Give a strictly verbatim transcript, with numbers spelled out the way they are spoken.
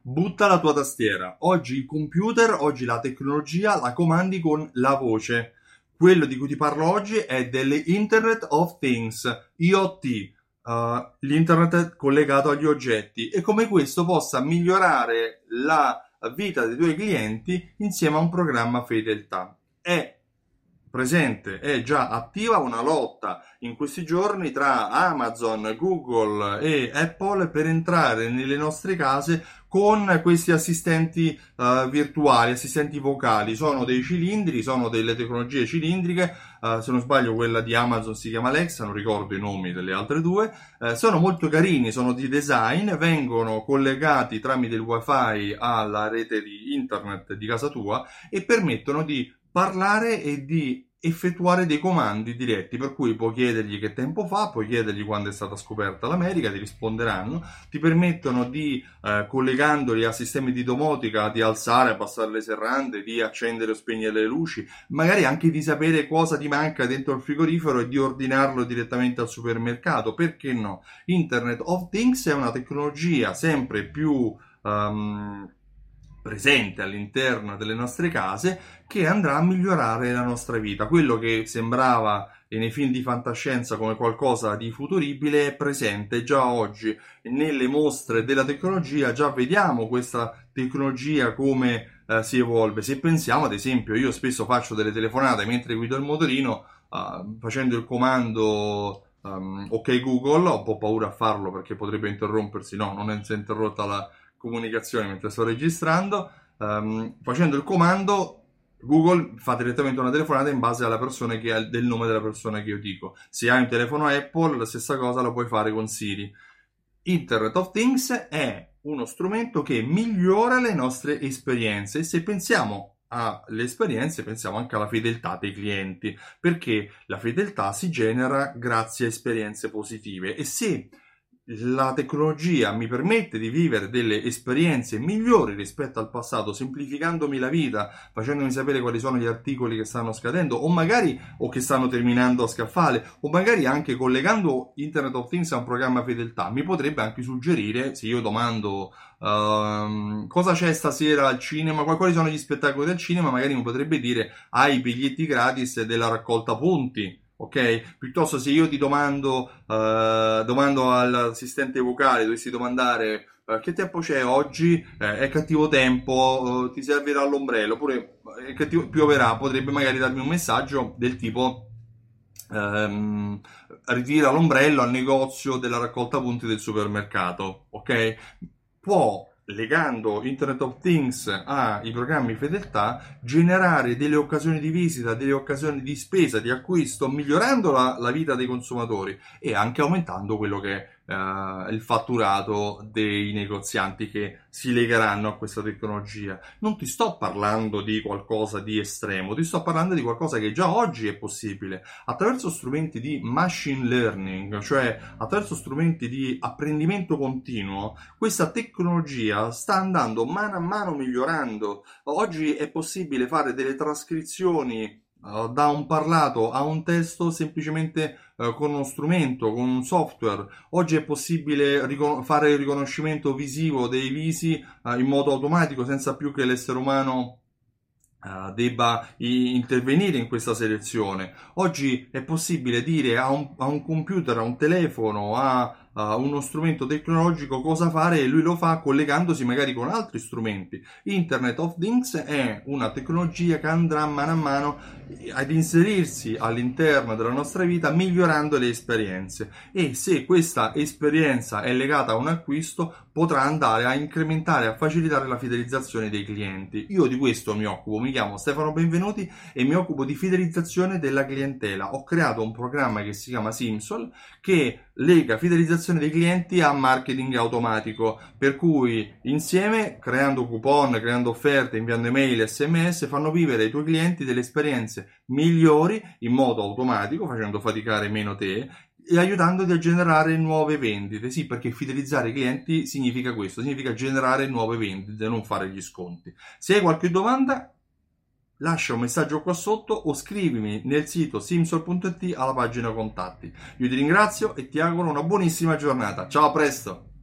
Butta la tua tastiera. Oggi il computer, oggi la tecnologia la comandi con la voce. Quello di cui ti parlo oggi è delle Internet of Things, I O T, uh, l'internet collegato agli oggetti, e come questo possa migliorare la vita dei tuoi clienti insieme a un programma fedeltà. È presente, è già attiva una lotta in questi giorni tra Amazon, Google e Apple per entrare nelle nostre case con questi assistenti uh, virtuali, assistenti vocali. Sono dei cilindri, sono delle tecnologie cilindriche, uh, se non sbaglio quella di Amazon si chiama Alexa, non ricordo i nomi delle altre due. Uh, sono molto carini, sono di design, vengono collegati tramite il wifi alla rete di internet di casa tua e permettono di parlare e di effettuare dei comandi diretti, per cui puoi chiedergli che tempo fa, puoi chiedergli quando è stata scoperta l'America, ti risponderanno, ti permettono di, eh, collegandoli a sistemi di domotica, di alzare, abbassare le serrande, di accendere o spegnere le luci, magari anche di sapere cosa ti manca dentro il frigorifero e di ordinarlo direttamente al supermercato. Perché no? Internet of Things è una tecnologia sempre più um, presente all'interno delle nostre case, che andrà a migliorare la nostra vita. Quello che sembrava nei film di fantascienza come qualcosa di futuribile è presente già oggi nelle mostre della tecnologia. Già vediamo questa tecnologia come eh, si evolve. Se pensiamo, ad esempio, io spesso faccio delle telefonate mentre guido il motorino, uh, facendo il comando um, ok Google. Ho un po' paura a farlo perché potrebbe interrompersi. No, non si è interrotta la comunicazione mentre sto registrando. Um, facendo il comando, Google fa direttamente una telefonata in base alla persona che ha del nome della persona che io dico. Se hai un telefono Apple, la stessa cosa la puoi fare con Siri. Internet of Things è uno strumento che migliora le nostre esperienze, e se pensiamo alle esperienze pensiamo anche alla fedeltà dei clienti, perché la fedeltà si genera grazie a esperienze positive. E se la tecnologia mi permette di vivere delle esperienze migliori rispetto al passato, semplificandomi la vita, facendomi sapere quali sono gli articoli che stanno scadendo o magari o che stanno terminando a scaffale, o magari anche collegando Internet of Things a un programma fedeltà, mi potrebbe anche suggerire, se io domando uh, cosa c'è stasera al cinema, quali sono gli spettacoli del cinema, magari mi potrebbe dire hai i biglietti gratis della raccolta punti. Ok? Piuttosto, se io ti domando, uh, domando all'assistente vocale, dovessi domandare uh, che tempo c'è oggi, eh, è cattivo tempo, uh, ti servirà l'ombrello, oppure è cattivo, pioverà, potrebbe magari darmi un messaggio del tipo um, ritira l'ombrello al negozio della raccolta punti del supermercato. Ok? Può, legando Internet of Things ai programmi fedeltà, generare delle occasioni di visita, delle occasioni di spesa, di acquisto, migliorando la, la vita dei consumatori e anche aumentando quello che è uh, il fatturato dei negozianti che si legheranno a questa tecnologia. Non ti sto parlando di qualcosa di estremo, ti sto parlando di qualcosa che già oggi è possibile attraverso strumenti di machine learning, cioè attraverso strumenti di apprendimento continuo. Questa tecnologia sta andando mano a mano migliorando. Oggi è possibile fare delle trascrizioni uh, da un parlato a un testo semplicemente uh, con uno strumento, con un software. Oggi è possibile ricon- fare il riconoscimento visivo dei visi uh, in modo automatico, senza più che l'essere umano Uh, debba i- intervenire in questa selezione. Oggi è possibile dire a un, a un computer, a un telefono, a, a uno strumento tecnologico cosa fare, e lui lo fa collegandosi magari con altri strumenti. Internet of Things è una tecnologia che andrà mano a mano ad inserirsi all'interno della nostra vita, migliorando le esperienze, e se questa esperienza è legata a un acquisto potrà andare a incrementare, a facilitare la fidelizzazione dei clienti. Io di questo mi occupo, mi chiamo Stefano Benvenuti e mi occupo di fidelizzazione della clientela. Ho creato un programma che si chiama Simsol, che lega fidelizzazione dei clienti a marketing automatico, per cui insieme, creando coupon, creando offerte, inviando email, sms, fanno vivere ai tuoi clienti delle esperienze migliori in modo automatico, facendo faticare meno te e aiutandoti a generare nuove vendite. Sì, perché fidelizzare i clienti significa questo, significa generare nuove vendite, non fare gli sconti. Se hai qualche domanda, lascia un messaggio qua sotto o scrivimi nel sito simsol punto it alla pagina contatti. Io ti ringrazio e ti auguro una buonissima giornata. Ciao, a presto!